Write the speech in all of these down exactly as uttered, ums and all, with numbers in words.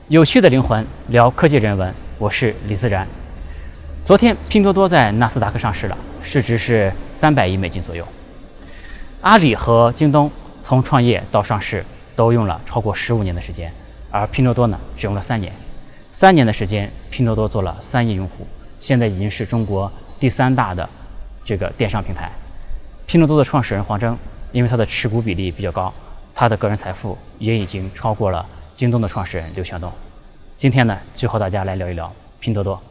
有趣的灵魂聊科技人文，我是李自然。昨天拼多多在纳斯达克上市了，市值是三百亿美金左右。阿里和京东从创业到上市都用了超过十五年的时间，而拼多多呢只用了三年。三年的时间，拼多多做了三亿用户，现在已经是中国第三大的这个电商平台。拼多多的创始人黄峥，因为他的持股比例比较高，他的个人财富也已经超过了京东的创始人刘强东。今天呢，就和大家来聊一聊拼多多。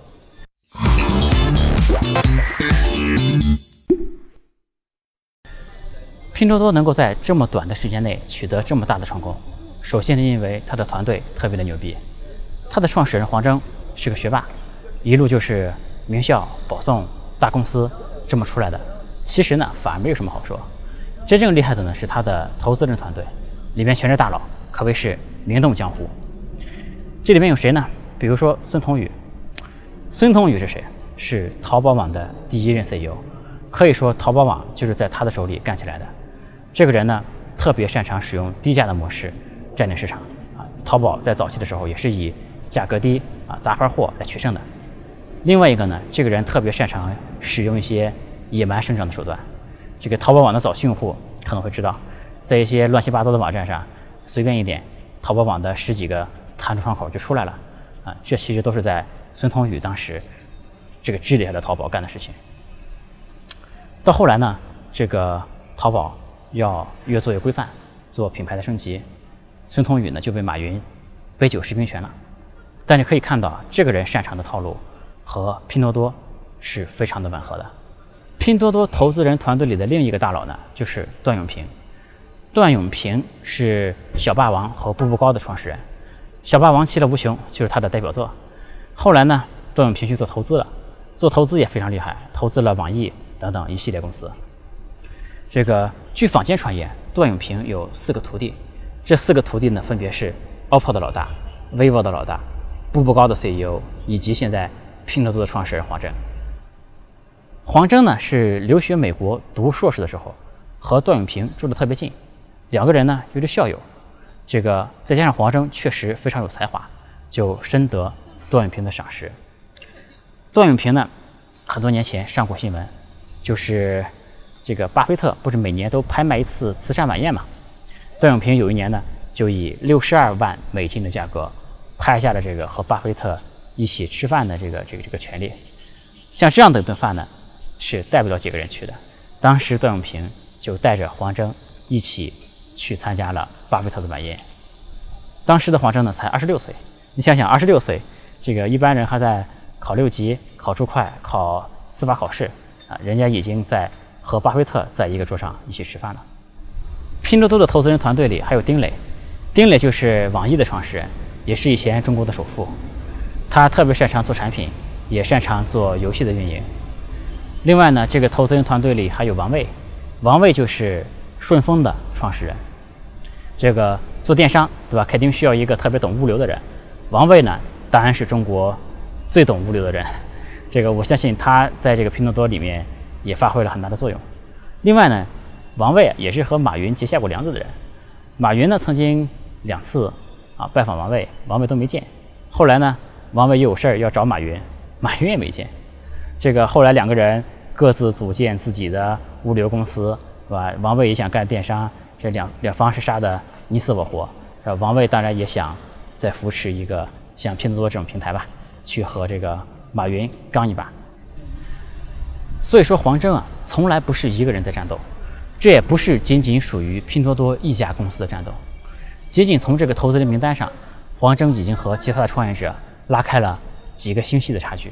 拼多多能够在这么短的时间内取得这么大的成功，首先是因为他的团队特别的牛逼。他的创始人黄峥是个学霸，一路就是名校、保送、大公司这么出来的。其实呢，反而没有什么好说。真正厉害的呢是他的投资人团队，里面全是大佬，可谓是名动江湖。这里面有谁呢？比如说孙彤宇。孙彤宇是谁？是淘宝网的第一任 C E O， 可以说淘宝网就是在他的手里干起来的。这个人呢，特别擅长使用低价的模式占领市场啊。淘宝在早期的时候也是以价格低啊杂牌货来取胜的。另外一个呢，这个人特别擅长使用一些野蛮生长的手段。这个淘宝网的早期用户可能会知道，在一些乱七八糟的网站上，随便一点，淘宝网的十几个弹出窗口就出来了啊。这其实都是在孙彤宇当时这个治理下的淘宝干的事情。到后来呢，这个淘宝要越做越规范，做品牌的升级，孙彤宇呢就被马云杯酒释兵权了。但是可以看到，这个人擅长的套路和拼多多是非常的吻合的。拼多多投资人团队里的另一个大佬呢，就是段永平。段永平是小霸王和步步高的创始人，小霸王其乐无穷就是他的代表作。后来呢，段永平去做投资了，做投资也非常厉害，投资了网易等等一系列公司。这个据坊间传言，段永平有四个徒弟，这四个徒弟呢，分别是 O P P O 的老大、vivo 的老大、步步高的 C E O 以及现在拼多多的创始人黄峥。黄峥呢是留学美国读硕士的时候，和段永平住得特别近，两个人呢又是校友。这个再加上黄峥确实非常有才华，就深得段永平的赏识。段永平呢，很多年前上过新闻，就是这个巴菲特不是每年都拍卖一次慈善晚宴嘛？段永平有一年呢，就以六十二万美金的价格拍下了这个和巴菲特一起吃饭的这个这个这个权利。像这样的一顿饭呢，是带不了几个人去的。当时段永平就带着黄峥一起去参加了巴菲特的晚宴。当时的黄峥呢才二十六岁，你想想二十六岁，这个一般人还在考六级、考注会、考司法考试啊，人家已经在和巴菲特在一个桌上一起吃饭了。拼多多的投资人团队里还有丁磊，丁磊就是网易的创始人，也是以前中国的首富。他特别擅长做产品，也擅长做游戏的运营。另外呢，这个投资人团队里还有王卫，王卫就是顺丰的创始人。这个做电商，对吧？肯定需要一个特别懂物流的人。王卫呢，当然是中国最懂物流的人。这个我相信他在这个拼多多里面也发挥了很大的作用。另外呢，王卫也是和马云结下过梁子的人。马云呢曾经两次啊拜访王卫，王卫都没见。后来呢，王卫又有事儿要找马云，马云也没见。这个后来两个人各自组建自己的物流公司，是吧？王卫也想干电商，这两两方是杀的你死我活。是吧？王卫当然也想再扶持一个像拼多多这种平台吧，去和这个马云刚一把。所以说黄峥啊，从来不是一个人在战斗，这也不是仅仅属于拼多多一家公司的战斗。仅仅从这个投资人名单上，黄峥已经和其他的创业者拉开了几个星系的差距。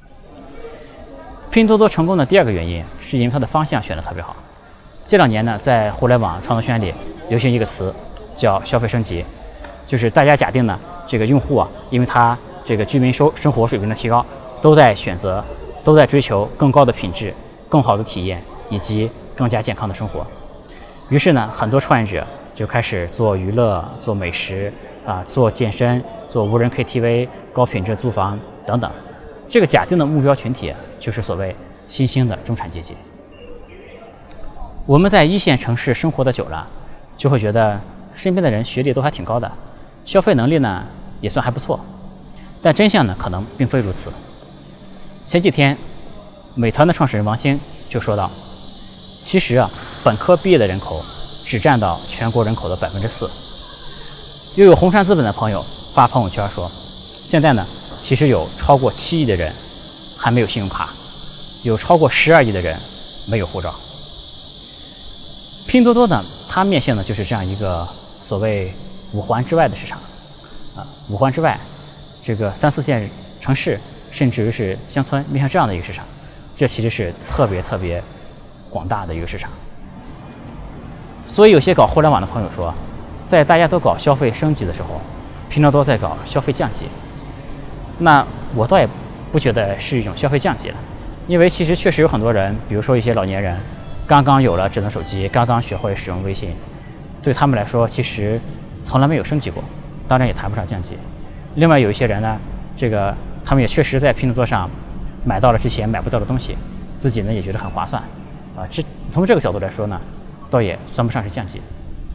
拼多多成功的第二个原因，是因为它的方向选得特别好。这两年呢，在互联网创作圈里流行一个词，叫消费升级，就是大家假定呢，这个用户啊，因为他这个居民收生活水平的提高，都在选择，都在追求更高的品质、更好的体验以及更加健康的生活。于是呢，很多创业者就开始做娱乐、做美食啊、做健身、做无人 K T V、高品质租房等等。这个假定的目标群体就是所谓新兴的中产阶级。我们在一线城市生活的久了，就会觉得身边的人学历都还挺高的，消费能力呢也算还不错。但真相呢，可能并非如此。前几天，美团的创始人王兴就说到，其实啊，本科毕业的人口只占到全国人口的百分之四。又有红杉资本的朋友发朋友圈说，现在呢，其实有超过七亿的人还没有信用卡，有超过十二亿的人没有护照。拼多多呢，它面向的就是这样一个所谓五环之外的市场啊，五环之外，这个三四线城市，甚至于是乡村，面向这样的一个市场，这其实是特别特别广大的一个市场。所以有些搞互联网的朋友说，在大家都搞消费升级的时候，拼多多在搞消费降级。那我倒也不觉得是一种消费降级了，因为其实确实有很多人，比如说一些老年人，刚刚有了智能手机，刚刚学会使用微信，对他们来说其实从来没有升级过，当然也谈不上降级。另外有一些人呢，这个他们也确实在拼多多上买到了之前买不到的东西，自己呢也觉得很划算啊。这从这个角度来说呢，倒也算不上是降级。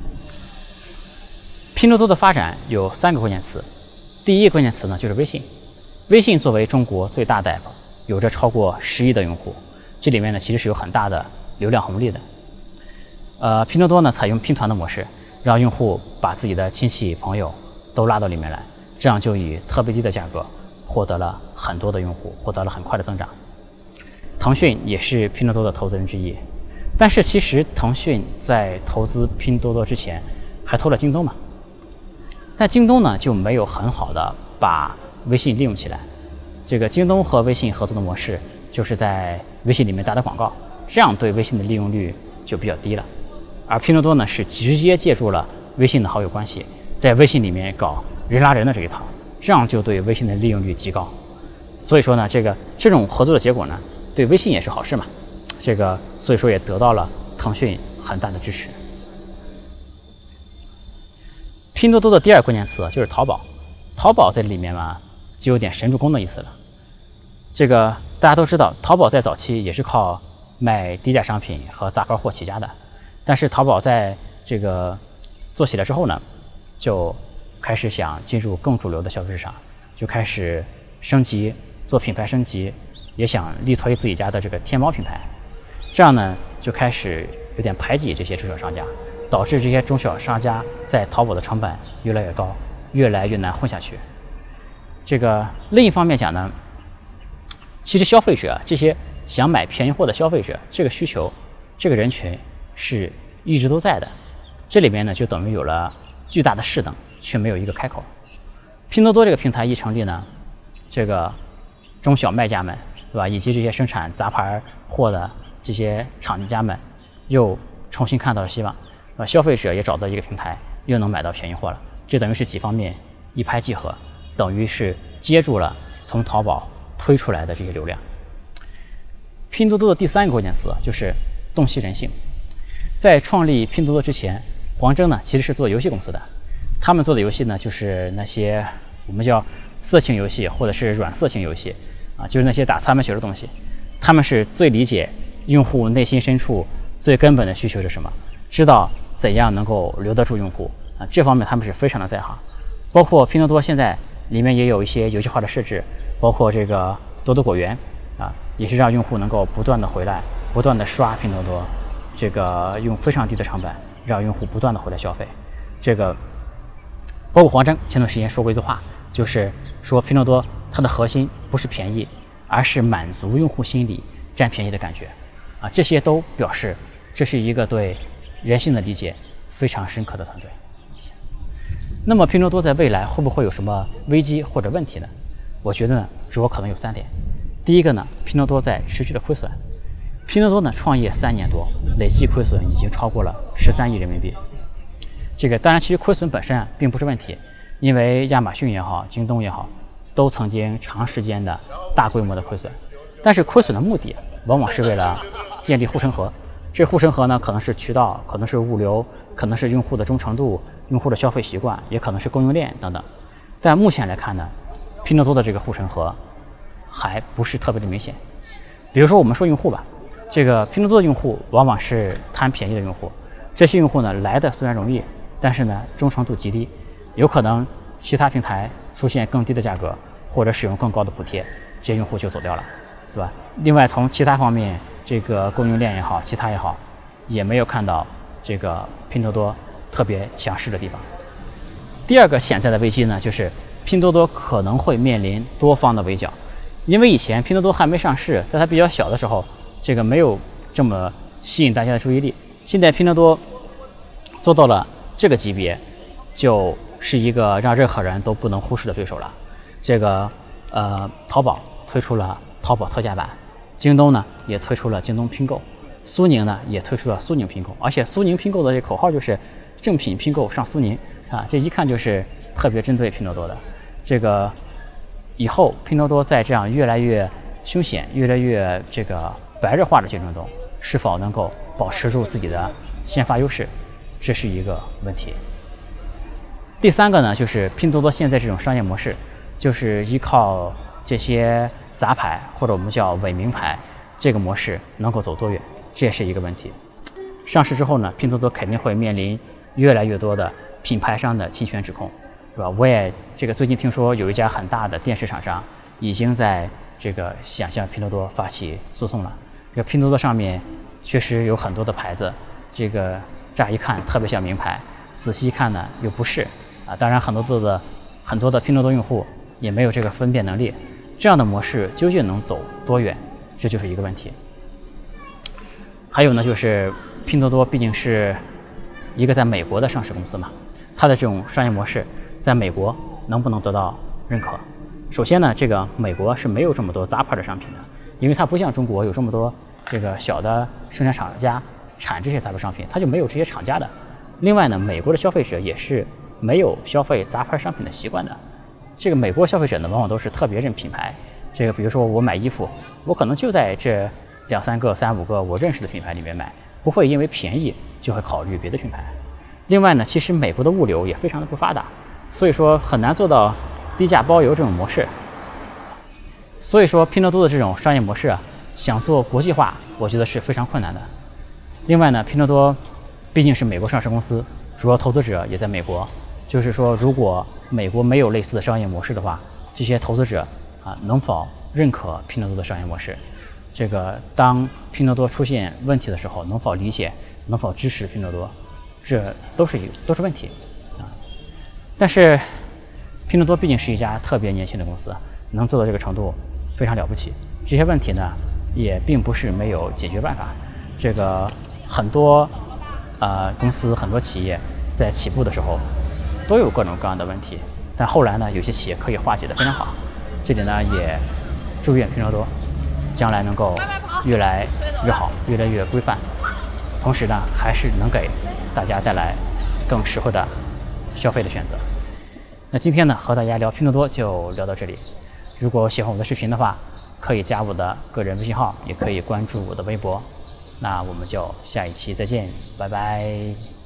拼多多的发展有三个关键词，第一个关键词呢就是微信。微信作为中国最大的 app， 有着超过十亿的用户，这里面呢其实是有很大的流量红利的。呃，拼多多呢采用拼团的模式，让用户把自己的亲戚朋友都拉到里面来，这样就以特别低的价格获得了很多的用户，获得了很快的增长。腾讯也是拼多多的投资人之一，但是其实腾讯在投资拼多多之前还投了京东嘛，但京东呢就没有很好的把微信利用起来。这个京东和微信合作的模式就是在微信里面打打广告，这样对微信的利用率就比较低了。而拼多多呢是直接借助了微信的好友关系，在微信里面搞人拉人的这一套，这样就对微信的利用率极高。所以说呢，这个这种合作的结果呢，对微信也是好事嘛。这个所以说也得到了腾讯很大的支持。拼多多的第二关键词就是淘宝，淘宝在这里面嘛，就有点神助攻的意思了。这个大家都知道，淘宝在早期也是靠卖低价商品和杂牌货起家的，但是淘宝在这个做起来之后呢，就开始想进入更主流的消费市场，就开始升级，做品牌升级，也想力推自己家的这个天猫品牌。这样呢，就开始有点排挤这些中小商家，导致这些中小商家在淘宝的成本越来越高，越来越难混下去。这个另一方面讲呢，其实消费者这些想买便宜货的消费者，这个需求，这个人群是一直都在的。这里面呢，就等于有了巨大的势等，却没有一个开口。拼多多这个平台一成立呢，这个中小卖家们，对吧，以及这些生产杂牌货的这些厂家们，又重新看到了希望，啊，消费者也找到一个平台，又能买到便宜货了。这等于是几方面一拍即合，等于是接住了从淘宝推出来的这些流量。拼多多的第三个关键词就是洞悉人性。在创立拼多多之前，黄峥呢其实是做游戏公司的，他们做的游戏呢就是那些我们叫色情游戏或者是软色情游戏啊，就是那些打擦边球的东西。他们是最理解用户内心深处最根本的需求是什么，知道怎样能够留得住用户啊，这方面他们是非常的在行。包括拼多多现在里面也有一些游戏化的设置，包括这个多多果园啊，也是让用户能够不断的回来，不断的刷拼多多，这个用非常低的成本让用户不断的回来消费。这个包括黄峥前段时间说过一句话，就是说拼多多它的核心不是便宜，而是满足用户心理占便宜的感觉啊，这些都表示这是一个对人性的理解非常深刻的团队。那么拼多多在未来会不会有什么危机或者问题呢？我觉得呢，主要可能有三点。第一个呢，拼多多在持续的亏损。拼多多呢创业三年多，累计亏损已经超过了十三亿人民币。这个当然，其实亏损本身啊并不是问题，因为亚马逊也好，京东也好，都曾经长时间的大规模的亏损。但是亏损的目的往往是为了建立护城河。这护城河呢，可能是渠道，可能是物流，可能是用户的忠诚度，用户的消费习惯，也可能是供应链等等。但目前来看呢，拼多多的这个护城河还不是特别的明显。比如说我们说用户吧，这个拼多多的用户往往是贪便宜的用户，这些用户呢来的虽然容易，但是呢忠诚度极低，有可能其他平台出现更低的价格，或者使用更高的补贴，这些用户就走掉了，对吧？另外从其他方面，这个供应链也好，其他也好，也没有看到这个拼多多特别强势的地方。第二个潜在的危机呢，就是拼多多可能会面临多方的围剿。因为以前拼多多还没上市，在它比较小的时候，这个没有这么吸引大家的注意力。现在拼多多做到了这个级别，就是一个让任何人都不能忽视的对手了。这个呃，淘宝推出了淘宝特价版，京东呢也推出了京东拼购，苏宁呢也推出了苏宁拼购，而且苏宁拼购的这口号就是正品拼购上苏宁啊，这一看就是特别针对拼多多的。这个以后拼多多在这样越来越凶险、越来越这个白热化的竞争中，是否能够保持住自己的先发优势，这是一个问题。第三个呢，就是拼多多现在这种商业模式，就是依靠这些杂牌或者我们叫伪名牌这个模式能够走多远，这也是一个问题。上市之后呢，拼多多肯定会面临越来越多的品牌商的侵权指控，是吧？我也这个最近听说有一家很大的电视厂商已经在这个想向拼多多发起诉讼了。这个拼多多上面确实有很多的牌子，这个乍一看特别像名牌，仔细一看呢又不是啊。当然很多的很多的拼多多用户也没有这个分辨能力，这样的模式究竟能走多远，这就是一个问题。还有呢，就是拼多多毕竟是一个在美国的上市公司嘛，它的这种商业模式在美国能不能得到认可？首先呢，这个美国是没有这么多杂牌的商品的，因为它不像中国有这么多这个小的生产厂家产这些杂牌商品，它就没有这些厂家的。另外呢，美国的消费者也是没有消费杂牌商品的习惯的。这个美国消费者呢，往往都是特别认品牌。这个比如说我买衣服，我可能就在这两三个、三五个我认识的品牌里面买，不会因为便宜就会考虑别的品牌。另外呢，其实美国的物流也非常的不发达，所以说很难做到低价包邮这种模式。所以说拼多多的这种商业模式啊，想做国际化，我觉得是非常困难的。另外呢，拼多多毕竟是美国上市公司，主要投资者也在美国，就是说如果美国没有类似的商业模式的话，这些投资者啊能否认可拼多多的商业模式？这个当拼多多出现问题的时候，能否理解，能否支持拼多多，这都是一都是问题啊。但是拼多多毕竟是一家特别年轻的公司，能做到这个程度非常了不起。这些问题呢，也并不是没有解决办法。这个很多呃公司、很多企业在起步的时候都有各种各样的问题，但后来呢，有些企业可以化解得非常好。这点呢，也祝愿拼多多将来能够越来越好，越来越规范，同时呢，还是能给大家带来更实惠的消费的选择。那今天呢，和大家聊拼多多就聊到这里。如果喜欢我的视频的话，可以加我的个人微信号，也可以关注我的微博。那我们就下一期再见，拜拜。